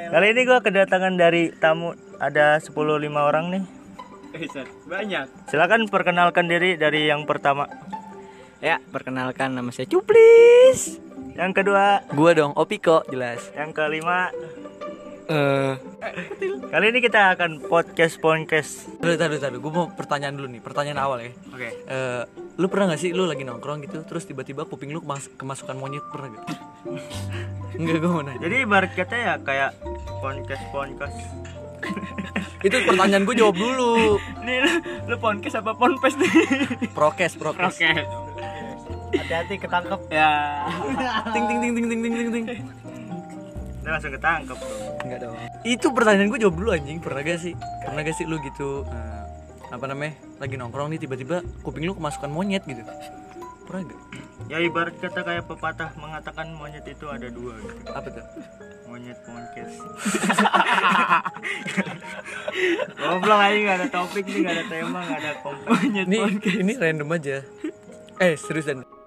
Kali ini gue kedatangan dari tamu, ada 10-5 orang nih. Banyak. Silakan perkenalkan diri dari yang pertama. Ya, perkenalkan nama saya Cuplis. Yang kedua, Gua dong, Opiko, jelas. yang kelima. Kali ini kita akan podcast. Taduh. Gue mau pertanyaan dulu nih, pertanyaan awal ya. Oke. Lu pernah gak sih lu lagi nongkrong gitu, terus tiba-tiba kuping lu kemasukan monyet, pernah gak? Enggak, gue mau nanya. Jadi ibarat kata ya kayak podcast. Itu pertanyaan gue, jawab dulu. Nih lu podcast apa ponpes nih? Prokes. Oke. Hati-hati ketangkep ya. Ting. Udah langsung ketangkep tuh. Enggak dong. Itu pertanyaan gue, jawab dulu anjing. Pernah gak sih lu gitu lagi nongkrong nih, tiba-tiba kuping lu kemasukan monyet gitu? Pernah gak? Ya ibarat kata kayak pepatah mengatakan monyet itu ada dua gitu. Apa tuh? Monyet podcast. Goblok aja, gak ada topik nih, gak ada tema, gak ada konten. Ini random aja. Seriusan.